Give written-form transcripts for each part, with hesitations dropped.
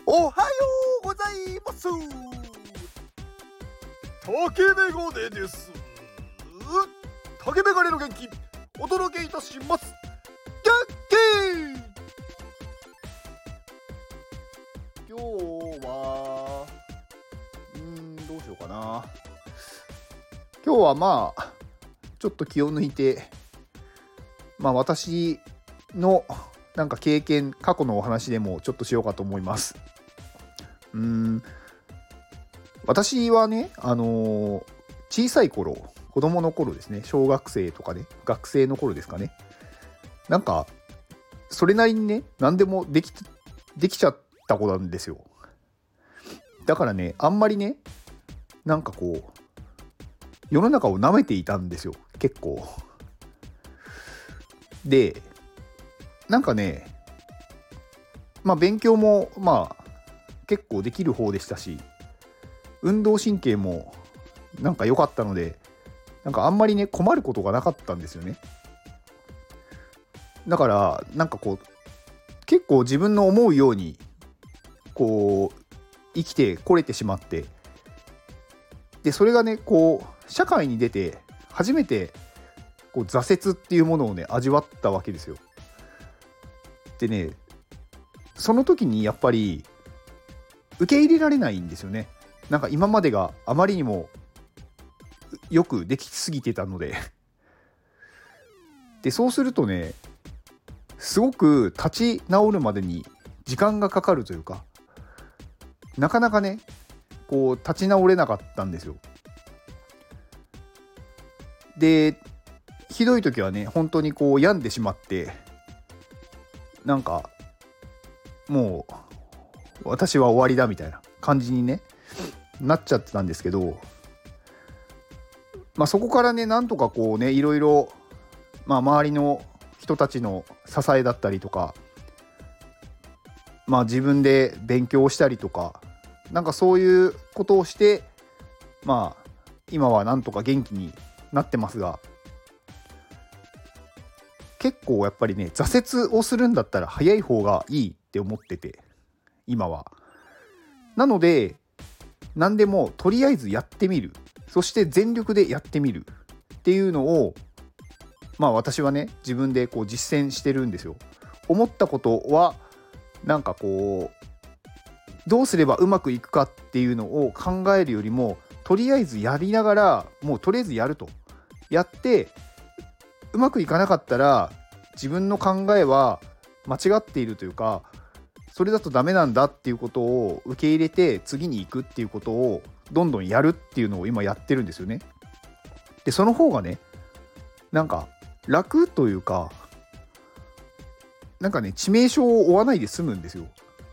おはようございます。竹メガネです。竹メガネの元気お届けいたします。元気。今日はどうしようかな。今日はちょっと気を抜いて私のなんか経験、過去のお話でもちょっとしようかと思います。私はね、小さい頃、子供の頃ですね、小学生とかね、学生の頃ですかね、なんかそれなりにね、何でもできちゃった子なんですよ。だからね、あんまりね、なんかこう世の中を舐めていたんですよ、結構。で、なんかね、勉強も結構できる方でしたし、運動神経もなんか良かったので、なんかあんまりね困ることがなかったんですよね。だからなんかこう結構自分の思うようにこう生きてこれてしまって、でそれがねこう社会に出て初めてこう挫折っていうものをね味わったわけですよ。でね、その時にやっぱり受け入れられないんですよね。なんか今までがあまりにもよくできすぎてたのででそうするとね、すごく立ち直るまでに時間がかかるというか、なかなかねこう立ち直れなかったんですよ。でひどい時はね本当にこう病んでしまって、なんかもう私は終わりだみたいな感じにねなっちゃってたんですけど、そこからねなんとかこうねいろいろ周りの人たちの支えだったりとか、自分で勉強したりとか、なんかそういうことをして今はなんとか元気になってますが、結構やっぱりね挫折をするんだったら早い方がいいって思ってて、今は。なので何でもとりあえずやってみる、そして全力でやってみるっていうのを私はね自分でこう実践してるんですよ。思ったことはなんかこうどうすればうまくいくかっていうのを考えるよりも、とりあえずやりながらもうとりあえずやると、やってうまくいかなかったら自分の考えは間違っているというか、それだとダメなんだっていうことを受け入れて次に行くっていうことをどんどんやるっていうのを今やってるんですよね。でその方がねなんか楽というか、なんかね致命傷を負わないで済むんですよ。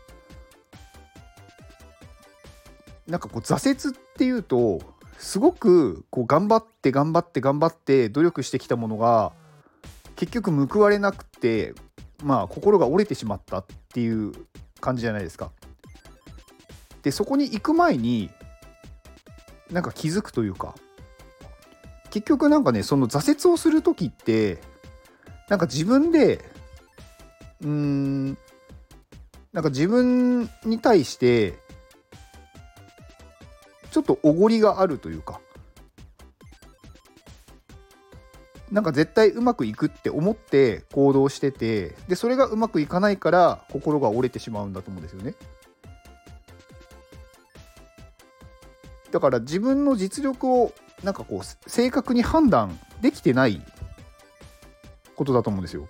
なんかこう挫折っていうとすごくこう頑張って努力してきたものが結局報われなくて、心が折れてしまったっていう感じじゃないですか。でそこに行く前になんか気づくというか、結局なんかねその挫折をする時ってなんか自分でなんか自分に対してちょっとおごりがあるというか、なんか絶対うまくいくって思って行動してて、でそれがうまくいかないから心が折れてしまうんだと思うんですよね。だから自分の実力をなんかこう正確に判断できてないことだと思うんですよ。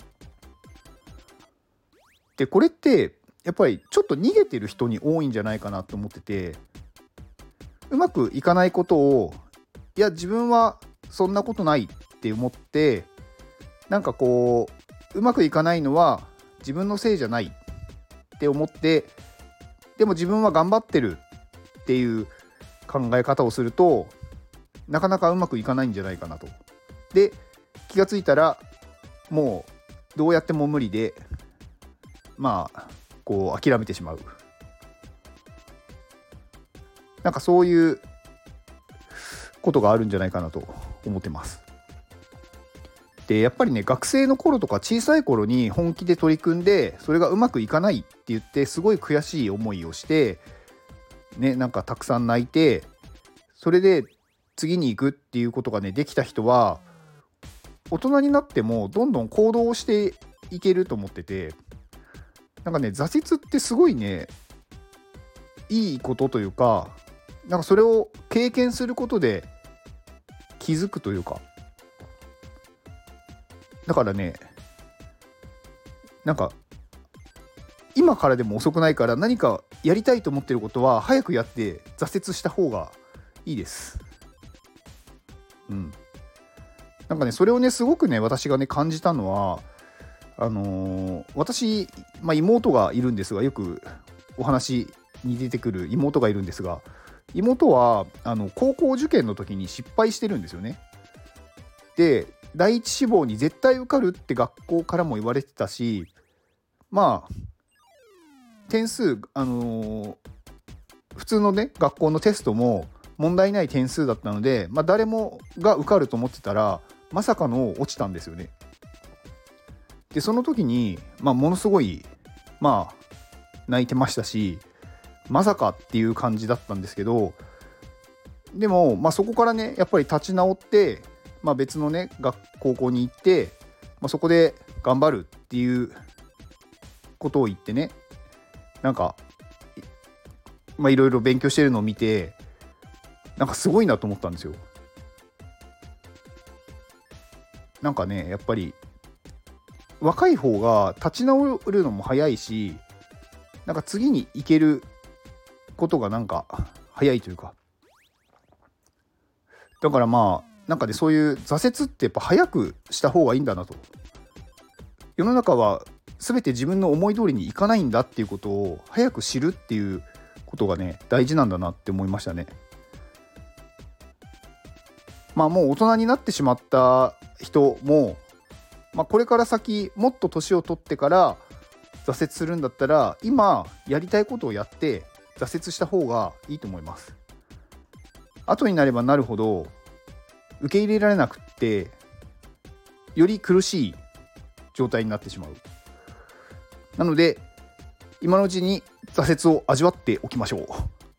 でこれってやっぱりちょっと逃げてる人に多いんじゃないかなと思ってて、うまくいかないことをいや自分はそんなことないって思って、なんかこううまくいかないのは自分のせいじゃないって思って、でも自分は頑張ってるっていう考え方をするとなかなかうまくいかないんじゃないかなと。で気がついたらもうどうやっても無理でこう諦めてしまう、なんかそういうことがあるんじゃないかなと思ってます。 ってやっぱりね、学生の頃とか小さい頃に本気で取り組んでそれがうまくいかないって言ってすごい悔しい思いをしてね、なんかたくさん泣いて、それで次に行くっていうことがねできた人は大人になってもどんどん行動していけると思ってて、なんかね、挫折ってすごいねいいことというか、なんかそれを経験することで気づくというか、だからね、なんか今からでも遅くないから、何かやりたいと思ってることは早くやって挫折した方がいいです。なんかね、それをねすごくね私がね感じたのは、私、妹がいるんですが、よくお話に出てくる妹がいるんですが、妹は高校受験の時に失敗してるんですよね。で、第一志望に絶対受かるって学校からも言われてたし、点数、普通のね学校のテストも問題ない点数だったので、誰もが受かると思ってたらまさかの落ちたんですよね。でその時に、ものすごい泣いてましたし、まさかっていう感じだったんですけど、でも、そこからねやっぱり立ち直って、別のね高校に行って、そこで頑張るっていうことを言ってね、なんかいろいろ勉強してるのを見て、なんかすごいなと思ったんですよ。なんかね、やっぱり若い方が立ち直るのも早いし、なんか次に行けることがなんか早いというか、だからなんかね、そういう挫折ってやっぱ早くした方がいいんだなと。世の中は全て自分の思い通りにいかないんだっていうことを早く知るっていうことがね大事なんだなって思いましたね。もう大人になってしまった人も、これから先もっと年を取ってから挫折するんだったら、今やりたいことをやって挫折した方がいいと思います。後になればなるほど受け入れられなくってより苦しい状態になってしまう。なので今のうちに挫折を味わっておきましょう。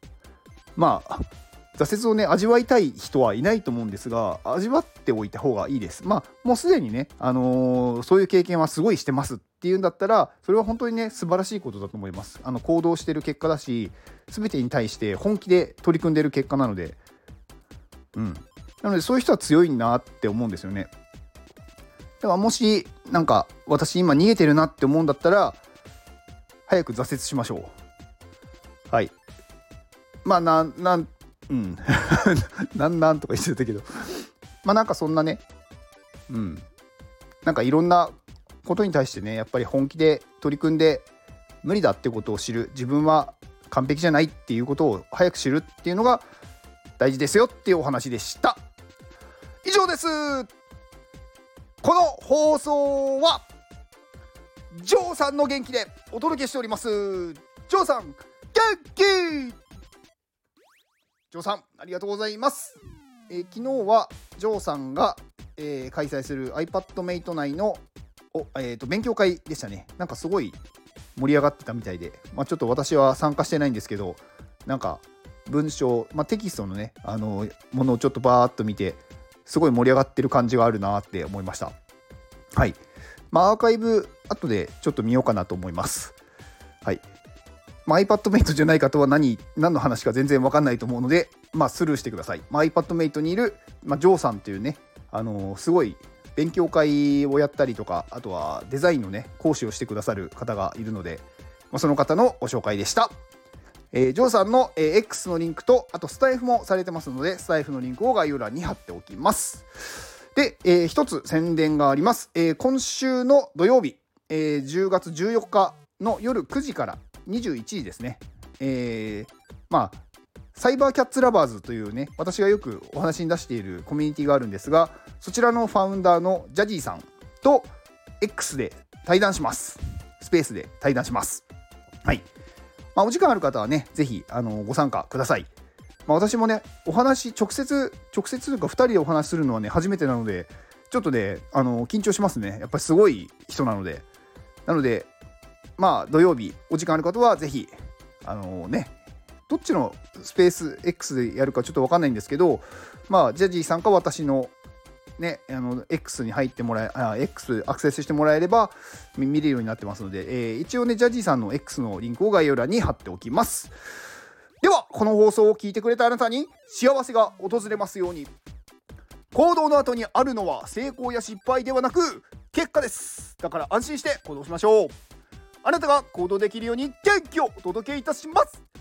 挫折をね味わいたい人はいないと思うんですが、味わっておいた方がいいです。もうすでにね、そういう経験はすごいしてますっていうんだったら、それは本当にね素晴らしいことだと思います。行動してる結果だし、全てに対して本気で取り組んでる結果なので、なのでそういう人は強いなって思うんですよね。だからもしなんか私今逃げてるなって思うんだったら、早く挫折しましょう。はい。なんとか言ってたけど、なんかそんなね、なんかいろんなことに対してね、やっぱり本気で取り組んで無理だってことを知る、自分は完璧じゃないっていうことを早く知るっていうのが大事ですよっていうお話でした。以上です。この放送はジョーさんの元気でお届けしております。ジョーさん元気。ジョーさんありがとうございます。昨日はジョーさんが、開催する iPadMate 内の勉強会でしたね。なんかすごい盛り上がってたみたいで、ちょっと私は参加してないんですけど、なんか文章、テキストのねものをちょっとバーっと見て、すごい盛り上がってる感じがあるなって思いました。はい。アーカイブ後でちょっと見ようかなと思います。はい。iPadMate じゃない方は何の話か全然分かんないと思うので、スルーしてください。iPadMate にいる、ジョーさんというね、すごい勉強会をやったりとか、あとはデザインのね講師をしてくださる方がいるので、その方のご紹介でした。ジョーさんの、X のリンクと、あとスタイフもされてますので、スタイフのリンクを概要欄に貼っておきます。で、一つ宣伝があります。今週の土曜日、10月14日の夜9時から21時ですね。サイバーキャッツラバーズというね、私がよくお話に出しているコミュニティがあるんですが、そちらのファウンダーのジャジーさんと X で対談します。スペースで対談します。はい。お時間ある方はね、ぜひご参加ください。私もね、お話直接というか2人でお話しするのはね初めてなので、 ちょっとね緊張しますね。やっぱりすごい人なので。まあ土曜日お時間ある方はぜひどっちのスペース X でやるかちょっと分かんないんですけど、まあジャジーさんか私のねX に入ってもらえX アクセスしてもらえれば見れるようになってますので、一応ねジャジーさんの X のリンクを概要欄に貼っておきます。ではこの放送を聞いてくれたあなたに幸せが訪れますように。行動の後にあるのは成功や失敗ではなく結果です。だから安心して行動しましょう。あなたが行動できるように元気をお届けいたします。